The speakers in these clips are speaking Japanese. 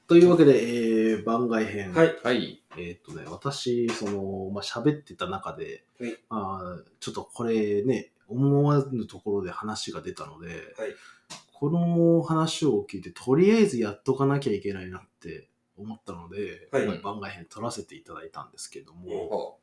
というわけで、番外編。 はい。 はい。 私、喋ってた中で、 はい、 ちょっとこれね、思わぬところで話が出たので、 はい、 この話を聞いて、とりあえずやっとかなきゃいけないなって思ったので、 はい、 番外編撮らせていただいたんですけども、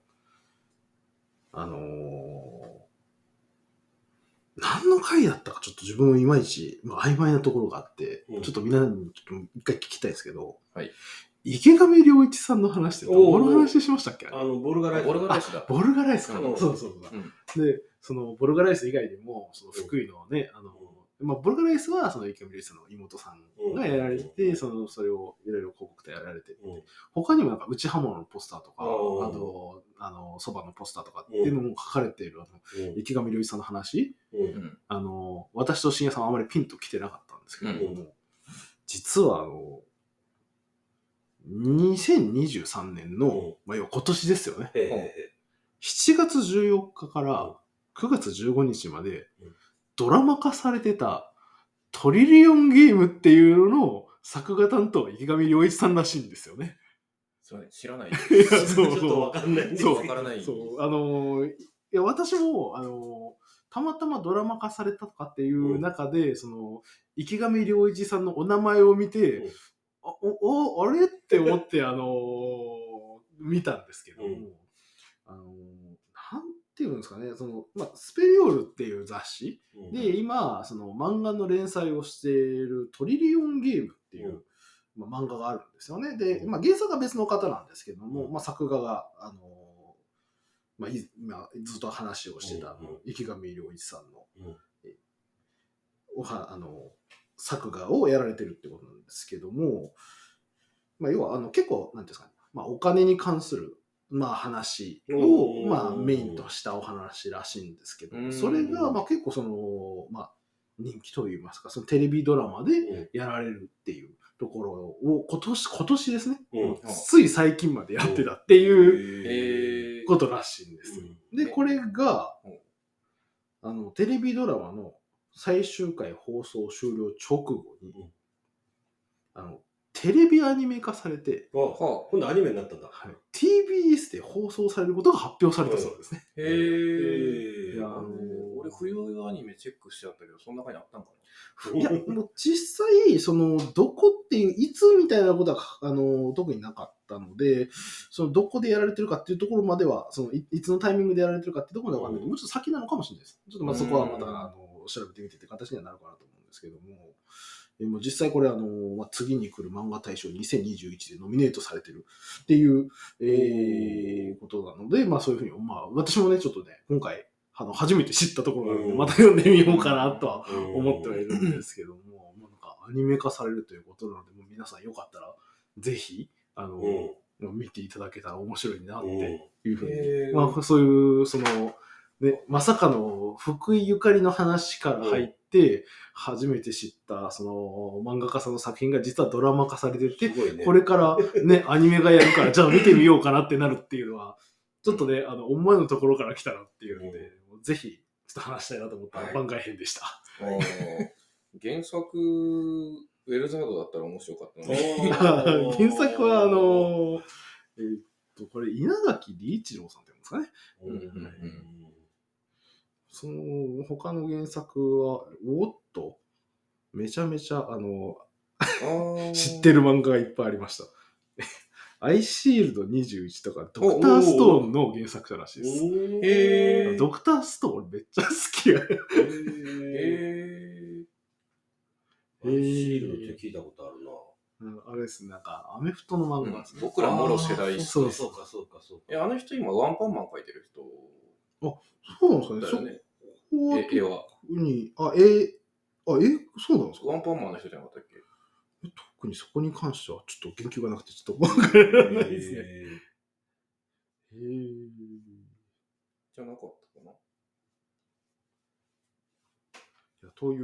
何の回だったかちょっと自分もいまいち、曖昧なところがあって、ちょっとみんなにちょっと一回聞きたいですけど、 はい、 池上良一さんの話ってどの話しましたっけ？ ボルガライス。 ボルガライスだ。ボルガライスか。そうそう。で、そのボルガライス以外でも、その福井のね、ボルガライスはその池上良一さんの妹さんがやられて、それをいろいろ広告でやられて、他にもなんか内刃物のポスターとか、あと、そばのポスターとかっていうのも書かれている池上良一さんの話、私と深夜さんはあまりピンと来てなかったんですけども、実は2023年の、要は今年ですよね。7月14日から9月15日までドラマ化されてたトリリオンゲームっていうのの作画担当池上良一さんらしいんですよね。 知らない。 ちょっとわかんないんですけど。 わからない。 いや私もたまたまドラマ化されたとかっていう中で、池上良一さんのお名前を見て、あれって思って見たんですけども、なんていうんですかね、スペリオールっていう雑誌で今漫画の連載をしているトリリオンゲームっていう、漫画があるんですよね。で、原作は別の方なんですけども、作画がずっと話をしてた池上良一さんの、作画をやられてるってことなんですけども、要は結構なんていうんですかね、お金に関する話をメインとしたお話らしいんですけど、それが結構人気といいますか、そのテレビドラマでやられるっていうところを今年ですね、つい最近までやってたっていうことらしいんです。で、これがテレビドラマの最終回放送終了直後にテレビアニメ化されて、 今度アニメになったんだ。 はい、TBS で放送されることが発表されたそうですね。 俺冬アニメチェックしちゃったけど、そんな感じあったんかな。いや、もう実際どこっていういつみたいなことは特になかったので、どこでやられてるかっていうところまでは、いつのタイミングでやられてるかっていうところでは分かんないけど、もうちょっと先なのかもしれないです。ちょっとそこはまた調べてみてって形にはなるかなと思うんですけども。実際これ次に来る漫画大賞2021でノミネートされてるっていう、ことなので、そういうふうに、私もね、ちょっとね、今回、初めて知ったところなので、また読んでみようかなとは思ってはいるんですけども、なんかアニメ化されるということなので、もう皆さんよかったら、ぜひ、見ていただけたら面白いなっていうふうに、そういう、ね、まさかの福井ゆかりの話から入って、初めて知った漫画家さんの作品が実はドラマ化されてて、これからね、アニメがやるから、じゃあ見てみようかなってなるっていうのは、ちょっとね、思わぬところから来たなっていうので、ぜひ、ちょっと話したいなと思った番外編でした。 原作、ウェルザードだったら面白かったな。原作は、これ、稲垣理一郎さんって言うんですかね。他の原作は、めちゃめちゃ、知ってる漫画がいっぱいありました。アイシールド21とか、ドクターストーンの原作者らしいです。ドクターストーンめっちゃ好きや。 アイシールドって聞いたことあるな。 あれですね、なんか、アメフトの漫画ですね。 僕らもろ世代。 そうか。 あの人今、ワンパンマン描いてる人。 そうなんですかね。 絵は。 そうなんですか。 ワンパンマンの人じゃなかったっけ？ 特にそこに関してはちょっと言及がなくてちょっとわからないですね。 じゃなかったかな。 という、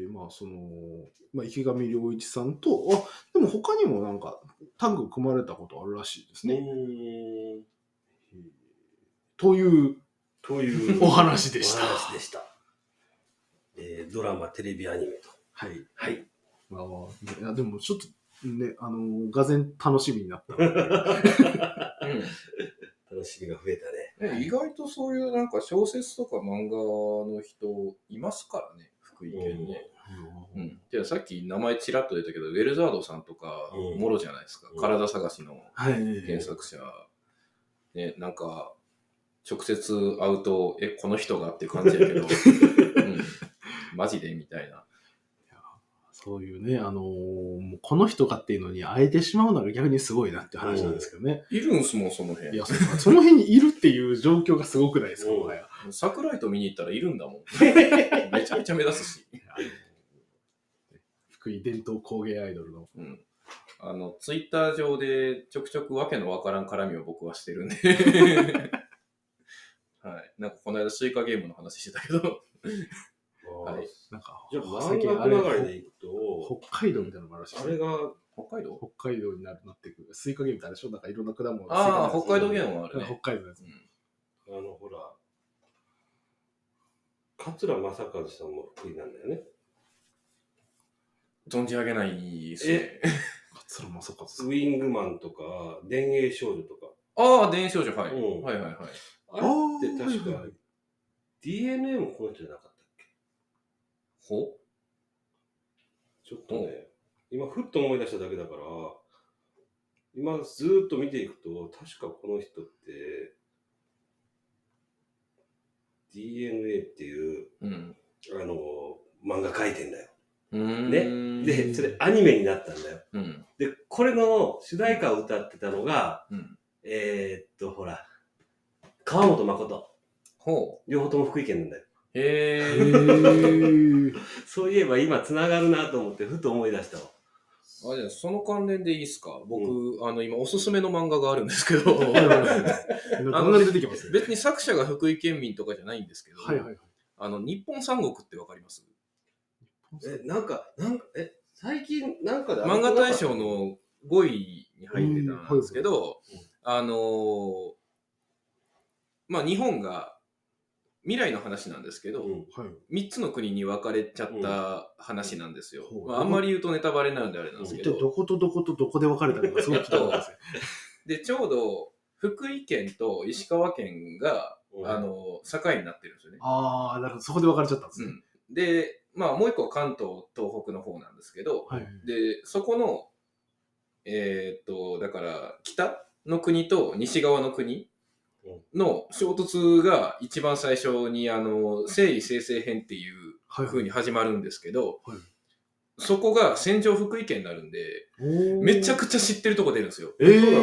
池上良一さんと、でも他にもなんかタッグ組まれたことあるらしいですね。というお話でした。 ドラマ、テレビ、アニメと。 はい。いやでもちょっとね、がぜん楽しみになった。 楽しみが増えたね。 意外とそういうなんか小説とか漫画の人いますからね、福井県ね。じゃあさっき名前ちらっと出たけど、ウェルザードさんとか、もろじゃないですか。体探しの原作者。ね、なんか、直接会うと、この人がっていう感じやけど、マジでみたいな。 そういうね、もうこの人かっていうのに会えてしまうのが逆にすごいなって話なんですけどね。 いるんすもん、その辺。 いや、その辺にいるっていう状況がすごくないですか、もはや。 サクライト見に行ったらいるんだもん。めちゃめちゃ目立つし。 福井伝統工芸アイドルの。 ツイッター上でちょくちょくわけのわからん絡みを僕はしてるんで。はい。なんかこの間スイカゲームの話してたけど。 はい。なんか、 じゃあ漫画流れでいくと、 北海道みたいなのもあるし、 あれが、 北海道になってくる。スイカゲームってあれでしょ、なんかいろんな果物が。 ああ、北海道ゲームもあるね。 北海道のやつ。 ほら、桂正和さんも福井なんだよね。 存じ上げないですね。 桂正和さん。 ウィングマンとか、田園少女とか。 ああ、田園少女、はい。はいはいはい。 あれって確か、DNA もこの人じゃなかったっけ？ ほ？ ちょっとね、今ふっと思い出しただけだから、今ずーっと見ていくと、確かこの人って、DNA っていう、漫画描いてんだよ。ね。で、それアニメになったんだよ。で、これの主題歌を歌ってたのが、ほら、川本誠。両方とも福井県なんだよ。そういえば今繋がるなと思ってふと思い出したわ。 じゃあその関連でいいですか？僕、今おすすめの漫画があるんですけど、別に作者が福井県民とかじゃないんですけど、日本三国ってわかります？ 最近なんかで漫画大賞の5位に入ってたんですけど、まあ日本が未来の話なんですけど、3つの国に分かれちゃった話なんですよ。あんまり言うとネタバレになるんであれなんですけど。 どことどことどこで分かれたのかすごい聞いたんですよ。 で、ちょうど福井県と石川県が、境になってるんですよね。 ああ、なるほど。そこで分かれちゃったんですね。 で、まあもう一個は関東、東北の方なんですけど、で、そこの、だから北の国と西側の国の衝突が一番最初に征夷清々編っていう風に始まるんですけど、そこが戦場福井県になるんで、めちゃくちゃ知ってるとこ出るんですよ。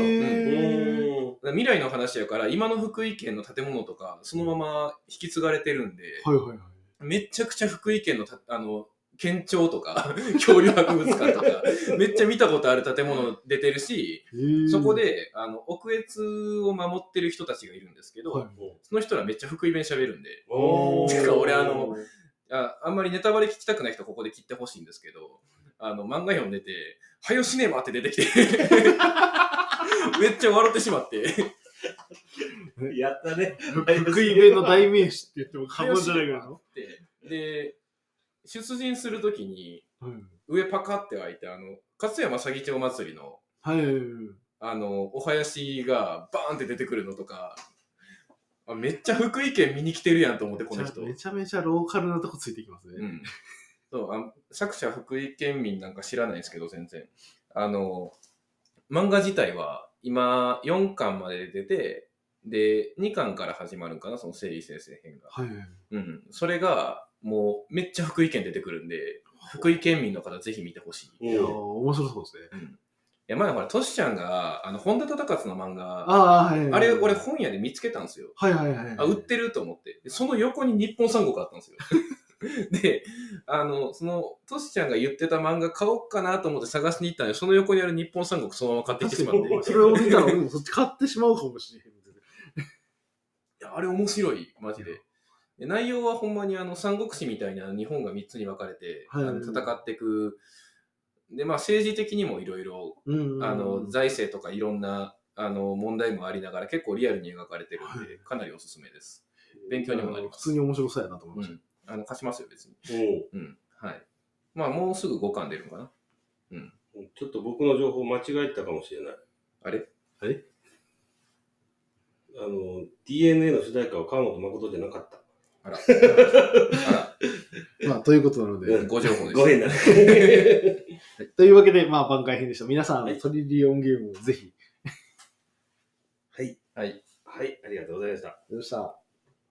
未来の話やから今の福井県の建物とかそのまま引き継がれてるんで、めちゃくちゃ福井県の県庁とか恐竜博物館とかめっちゃ見たことある建物出てるし、そこで奥越を守ってる人たちがいるんですけど、その人らめっちゃ福井弁喋るんで、てか俺あんまりネタバレ聞きたくない人はここで切ってほしいんですけど、漫画読んでて「はよシネマ」って出てきてめっちゃ笑ってしまってやったね。 福井弁の代名詞って言っても過言じゃないぐらいの。 で、出陣するときに、上パカって開いて、勝山詐欺町祭りの、お囃子がバーンって出てくるのとか、めっちゃ福井県見に来てるやんと思って、この人。 めちゃめちゃローカルなとこついてきますね。 作者福井県民なんか知らないですけど、全然。漫画自体は今4巻まで出て、で、2巻から始まるんかな、その征夷清々編が。それが、もうめっちゃ福井県出てくるんで、福井県民の方ぜひ見てほしい。 いや、面白そうですね。 いや、前ほら、トシちゃんが、本田忠勝の漫画、あれ、俺本屋で見つけたんですよ。売ってると思って。その横に日本三国あったんですよ。で、その、トシちゃんが言ってた漫画買おうかなと思って探しに行ったので、その横にある日本三国そのまま買ってきてしまって。 それを見たら、そっち買ってしまうかもしれへん。 いや、あれ面白い、マジで。内容はほんまに三国志みたいな日本が3つに分かれて、戦っていく。で、まあ政治的にもいろいろ、財政とかいろんな問題もありながら結構リアルに描かれてるんで、かなりおすすめです。勉強にもなります。 普通に面白そうやなと思いました。 貸しますよ、別に。はい。まあもうすぐ5巻出るのかな。 ちょっと僕の情報間違えたかもしれない。 あれ DNA の主題歌は川本誠じゃなかった。 あら。 まあ、ということなので。 ご情報です。 ご変な。 というわけで、まあ、番外編でした。皆さん、トリリオンゲームをぜひ。 はい。はい。はい、ありがとうございました。 ありがとうございました。